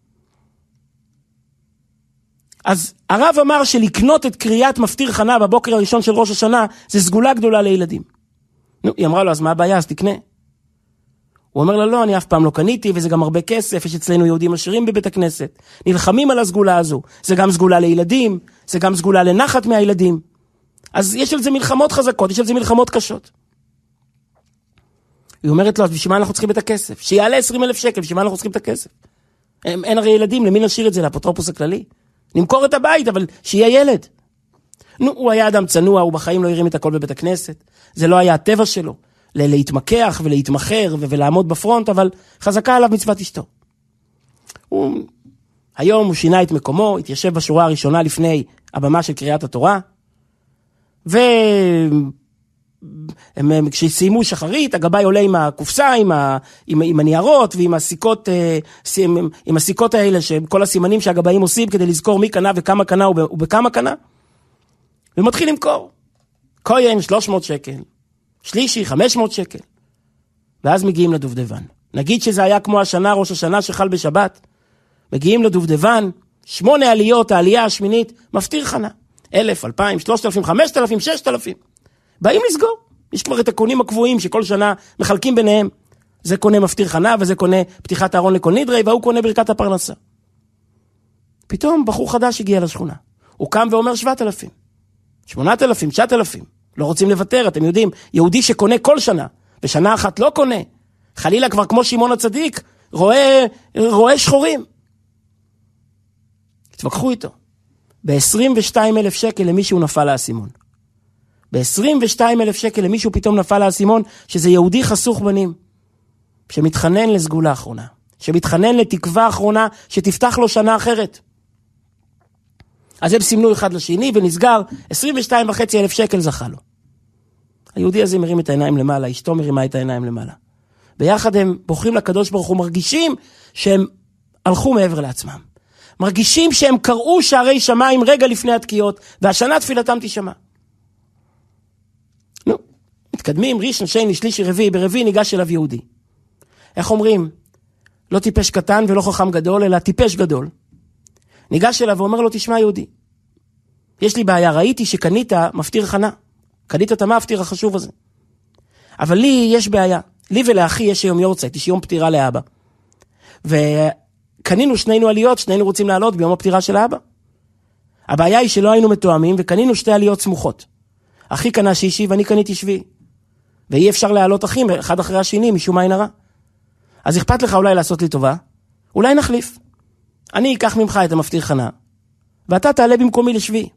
אז הרב אמר שלקנות את קריאת מפטיר חנה בבוקר הראשון של ראש השנה, זה סגולה גדולה לילדים. היא אמרה לו, אז מה הבעיה? אז תקנה. הוא אומר לה, לא, אני אף פעם לא קניתי, וזה גם הרבה כסף, יש אצלנו יהודים עשירים בבית הכנסת. נלחמים על הסגולה הזו. זה גם סגולה לילדים, זה גם סגולה לנחת מהילדים. אז יש על זה מלחמות חזקות, יש על זה מלחמות קשות. היא אומרת לו, אז בשביל מה אנחנו צריכים את הכסף? שיעלה 20,000 שקל, בשביל מה אנחנו צריכים את הכסף? אין הרי ילדים, למי נשאיר את זה? לאפוטרופוס הכללי? נמכור את הבית, אבל שיהיה ילד. הוא היה אדם צנוע, הוא בחיים לא הרים את הכל בבית הכנסת. זה לא היה הטבע שלו. להתמקח ולהתמחר ולעמוד בפרונט, אבל חזקה עליו מצוות אשתו. היום הוא שינה את מקומו, התיישב בשורה הראשונה לפני הבמה של קריאת התורה, כשסיימו שחרית, הגבאי עולה עם הקופסה, עם הניירות ועם הסיכות האלה, כל הסימנים שהגבאים עושים כדי לזכור מי קנה וכמה קנה ובכמה קנה, ומתחיל למכור. כהן 300 שקל, שלישי 500 שקל, ואז מגיעים לדובדבן. נגיד שזה היה כמו השנה, ראש השנה שחל בשבת, מגיעים לדובדבן, 8 עליות, העלייה השמינית, מפטיר חנה. 1,000, 2,000, 3,000, 5,000, 6,000. באים לסגור. יש כבר את הקונים הקבועים שכל שנה מחלקים ביניהם. זה קונה מפטיר חנה וזה קונה פתיחת הארון לכל נדרי, והוא קונה ברכת הפרנסה. פתאום בחור חדש הגיע לשכונה. הוא קם ואומר 7,000, 8,000, 9,000. לא רוצים לוותר, אתם יודעים, יהודי שקונה כל שנה, ושנה אחת לא קונה. חלילה כבר כמו שמעון הצדיק, רואה שחורים. התווכחו איתו. ב-22,000 שקל למישהו נפל האסימון. ב-22,000 שקל למישהו פתאום נפל האסימון, שזה יהודי חסוך בנים, שמתחנן לסגולה האחרונה, שמתחנן לתקווה האחרונה, שתפתח לו שנה אחרת. אז הם סימנו אחד לשני ונסגר, 22,500 שקל זכה לו. היהודי הזה מרים את העיניים למעלה, אשתו מרימה את העיניים למעלה. ביחד הם בוחרים לקדוש ברוך הוא, מרגישים שהם הלכו מעבר לעצמם. מרגישים שהם קראו שערי שמיים רגע לפני התקיעות, והשנה תפילתם תשמע. מתקדמים, ראשון, שני, שלישי, רביעי, ברביעי ניגש אליו יהודי. איך אומרים? לא טיפש קטן ולא חכם גדול, אלא טיפש גדול. ניגש אליו ואומר לו, תשמע יהודי, יש לי בעיה, ראיתי שקנית מפטיר חנה, קנית את המפטיר החשוב הזה. אבל לי יש בעיה, לי ולאחי יש היום יורצייט, יש יום פטירה לאבא. וקנינו שנינו עליות, שנינו רוצים לעלות ביום הפטירה של האבא. הבעיה היא שלא היינו מתואמים, וקנינו 2 עליות סמוכות. אחי קנה שישי ואני קניתי שביעי. ואי אפשר להעלות אחים אחד אחרי השני, משום עין הרע. אז אכפת לך אולי לעשות לי טובה? אולי נחליף. אני אקח ממך את המפטיר חנה, ואתה תעלה במקומי לשביעי.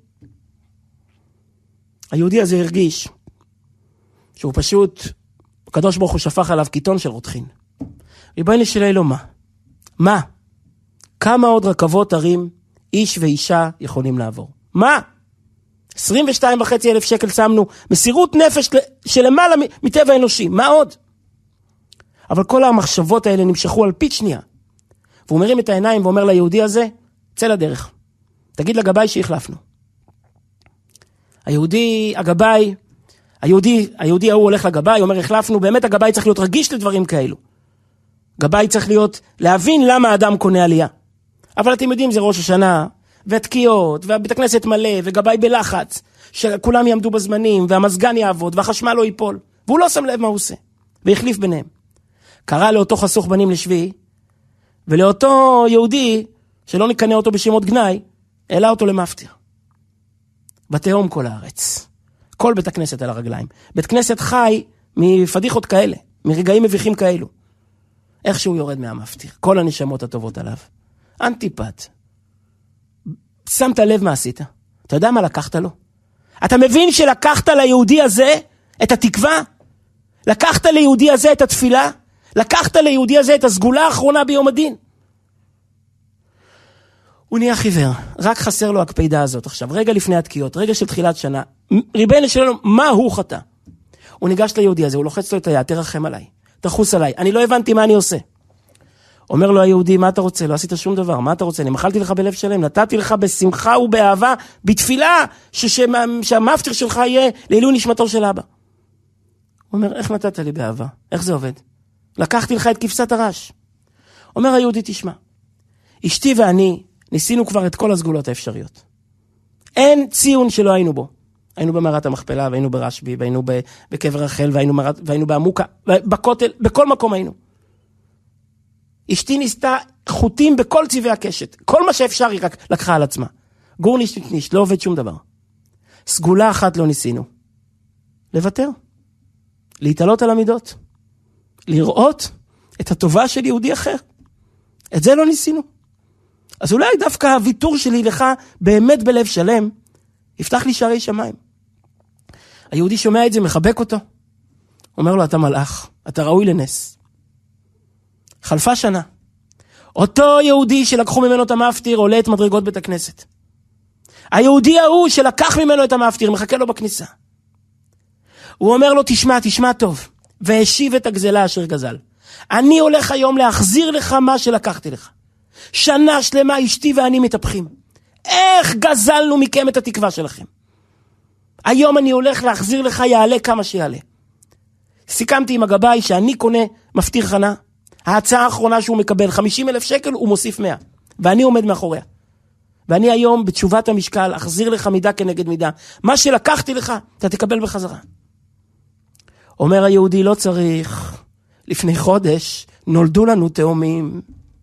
היהודי הזה הרגיש שהוא פשוט, הקדוש ברוך הוא שפך עליו קיטון של רותחין. ריבונו של עולם, מה? כמה עוד רכבות הרים איש ואישה יכולים לעבור? מה? 22,500 שקל שמנו, מסירות נפש שלמעלה מטבע אנושי, מה עוד? אבל כל המחשבות האלה נמשכו על פית שנייה. והוא מרים את העיניים ואומר ליהודי הזה, צא לדרך. תגיד לגבאי שהחלפנו. היהודי ההוא הולך לגבאי, אומר החלפנו, באמת הגבאי צריך להיות רגיש לדברים כאלו. גבאי צריך להבין למה האדם קונה עלייה. אבל אתם יודעים, זה ראש השנה, והתקיעות, והבית הכנסת מלא, וגבאי בלחץ, שכולם יעמדו בזמנים, והמזגן יעבוד, והחשמל לא ייפול, והוא לא שם לב מה הוא עושה, והחליף ביניהם. קרא לאותו חסוך בנים לשבי, ולאותו יהודי, שלא נקנה אותו בשמות גנאי, העלה אותו למפטיר. בתהום כל הארץ. כל בית הכנסת על הרגליים. בית כנסת חי מפדיחות כאלה, מרגעים מביכים כאלו. איך שהוא יורד מהמפטיר. כל הנשמות הטובות עליו. אנטיפט. שמת לב מה עשית? אתה יודע מה לקחת לו? אתה מבין שלקחת ליהודי הזה את התקווה? לקחת ליהודי הזה את התפילה? לקחת ליהודי הזה את הסגולה האחרונה ביום הדין? הוא נהיה חיוור, רק חסר לו הקפידה הזאת עכשיו, רגע לפני התקיעות, רגע של תחילת שנה, ריבנו שלנו, מה הוא חטא? הוא ניגש ליהודי הזה, הוא לוחץ לו את היד, תרחם עליי, תחוס עליי, אני לא הבנתי מה אני עושה. אומר לו היהודי, מה אתה רוצה? לא עשית שום דבר, מה אתה רוצה? אני מחלתי לך בלב שלם, נתתי לך בשמחה ובאהבה, בתפילה, שהמפטיר שלך יהיה לעילוי נשמתו של אבא. הוא אומר, איך נתת לי באהבה? איך זה עובד? לקחתי לך את כבשת הרש. אומר היהודי, תשמע, אשתי ואני ניסינו כבר את כל הסגולות האפשריות. אין ציון שלא היינו בו. היינו במערת המכפלה, והיינו ברשב"י, והיינו בקבר רחל, והיינו בעמוקה, בכותל, בכל מקום היינו. אשתי ניסתה חוטים בכל צבעי הקשת. כל מה שאפשר היא רק לקחה על עצמה. גורניש נתניש, לא עובד שום דבר. סגולה אחת לא ניסינו. לוותר. להתעלות על המידות. לראות את הטובה של יהודי אחר. את זה לא ניסינו. אז אולי דווקא הוויתור שלי לך באמת בלב שלם, יפתח לי שערי שמיים. היהודי שומע את זה, מחבק אותו. אומר לו, אתה מלאך, אתה ראוי לנס. חלפה שנה. אותו יהודי שלקחו ממנו את המפטיר, עולה את מדרגות בית הכנסת. היהודי ההוא שלקח ממנו את המפטיר, מחכה לו בכניסה. הוא אומר לו, תשמע טוב, והשיב את הגזלה אשר גזל. אני הולך היום להחזיר לך מה שלקחתי לך. שנה שלמה אשתי ואני מתהפכים. איך גזלנו מכם את התקווה שלכם? היום אני הולך להחזיר לך, יעלה כמה שיעלה. סיכמתי עם הגבאי שאני קונה מפטיר חנה. ההצעה האחרונה שהוא מקבל 50,000 שקל, הוא מוסיף 100. ואני עומד מאחוריה. ואני היום בתשובת המשקל אחזיר לך מידה כנגד מידה. מה שלקחתי לך, אתה תקבל בחזרה. אומר היהודי, לא צריך. לפני חודש נולדו לנו תאומים.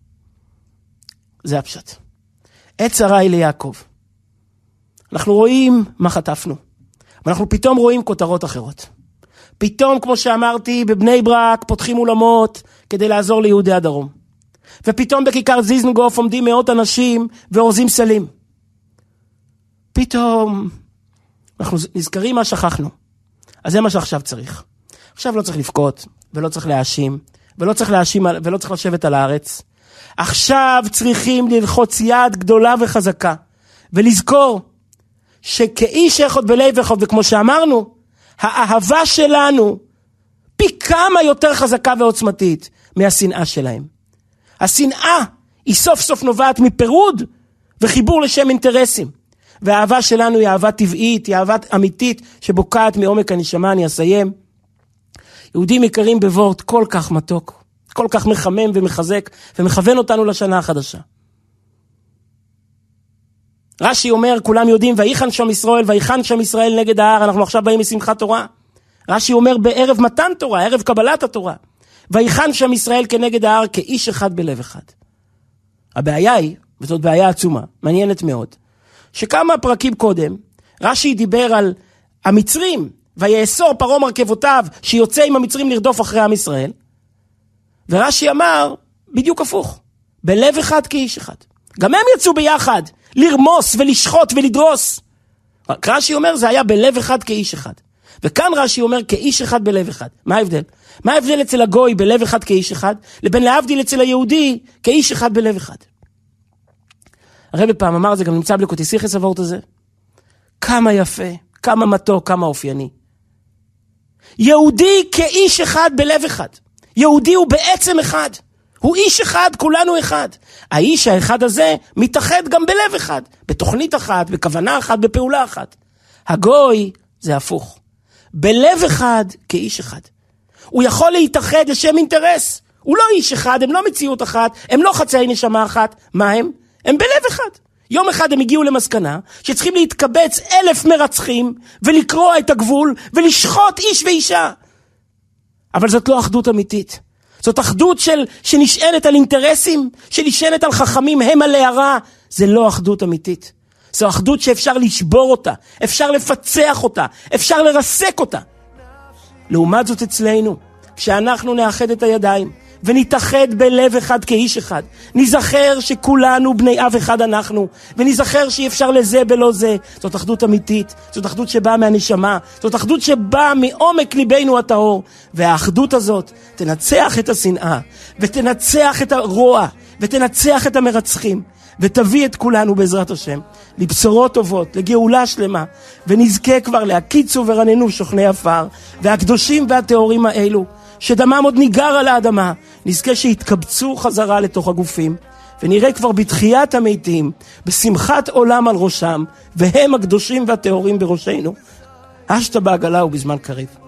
זה הפשט. עת צרה היא ליעקב. אנחנו רואים מה חטפנו. ואנחנו פתאום רואים כותרות אחרות. פתאום, כמו שאמרתי, בבני ברק פותחים אולמות כדי לעזור ליהודי הדרום. ופתאום בכיכר זיזנגוף עומדים מאות אנשים ואורזים סלים. פתאום אנחנו נזכרים מה שכחנו. אז זה מה שעכשיו צריך. עכשיו לא צריך לבכות, ולא צריך להאשים, ולא צריך לשבת על הארץ. עכשיו צריכים ללחוץ יד גדולה וחזקה, ולזכור שכאיש אחד בלב אחד, וכמו שאמרנו, האהבה שלנו פי כמה יותר חזקה ועוצמתית מהשנאה שלהם. השנאה היא סוף סוף נובעת מפירוד וחיבור לשם אינטרסים. והאהבה שלנו היא אהבה טבעית, היא אהבה אמיתית שבוקעת מעומק הנשמה. אני אסיים. יהודים יקרים בוורט כל כך מתוק, כל כך מחמם ומחזק ומכוון אותנו לשנה החדשה. רש"י אומר, כולם יודעים, ויחן שם ישראל נגד ההר. אנחנו עכשיו באים משמחת תורה. רש"י אומר בערב מתן תורה, ערב קבלת התורה. ויחן שם ישראל כנגד ההר כאיש אחד בלב אחד. הבעיה היא, וזאת בעיה עצומה, מעניינת מאוד, שכמה פרקים קודם, רש"י דיבר על המצרים, ויאסור פרעה מרכבותיו, שיוצא עם המצרים לרדוף אחרי עם ישראל. ורש"י אמר, בדיוק הפוך, בלב אחד כאיש אחד. גם הם יצאו ביחד, לרמוס ולשחוט ולדרוס. רק רש"י אומר, זה היה בלב אחד כאיש אחד. וכאן רש"י אומר, כאיש אחד בלב אחד. מה ההבדל? מה ההבדל אצל הגוי בלב אחד כאיש אחד, לבין להבדיל אצל היהודי כאיש אחד בלב אחד? הרב פעם אמר, זה גם נמצא בליקוטי הוורט הזה. כמה יפה, כמה מתוק, כמה אופייני. יהודי כאיש אחד בלב אחד. יהודי הוא בעצם אחד. הוא איש אחד, כולנו אחד. האיש האחד הזה מתאחד גם בלב אחד. בתוכנית אחת, בכוונה אחת, בפעולה אחת. הגוי זה הפוך. בלב אחד כאיש אחד. הוא יכול להתאחד לשם אינטרס. הוא לא איש אחד, הם לא מציאות אחת, הם לא חצאי נשמה אחת. מה הם? הם בלב אחד. יום אחד הם הגיעו למסקנה שצריכים להתקבץ 1,000 מרצחים ולקרוע את הגבול ולשחוט איש ואישה. אבל זאת לא אחדות אמיתית. זאת אחדות שנשענת על אינטרסים, שנשענת על חכמים הם הלהרה. זה לא אחדות אמיתית. זו אחדות שאפשר לשבור אותה, אפשר לפצח אותה, אפשר לרסק אותה. לעומת זאת אצלנו, כשאנחנו נאחד את הידיים ונתאחד בלב אחד כאיש אחד, נזכר שכולנו בני אב אחד אנחנו, ונזכר שאי אפשר לזה בלא זה. זאת אחדות אמיתית, זאת אחדות שבאה מהנשמה, זאת אחדות שבאה מעומק ליבנו הטהור. והאחדות הזאת תנצח את השנאה, ותנצח את הרוע, ותנצח את המרצחים, ותביא את כולנו בעזרת השם לבשורות טובות, לגאולה שלמה, ונזכה כבר להקיצו ורננו שוכני עפר, והקדושים והטהורים האלו שדמם עוד ניגר על האדמה, נזכה שיתקבצו חזרה לתוך הגופים, ונראה כבר בתחיית המתים, בשמחת עולם על ראשם, והם הקדושים והטהורים בראשנו. אשתה בעגלה ובזמן קריב.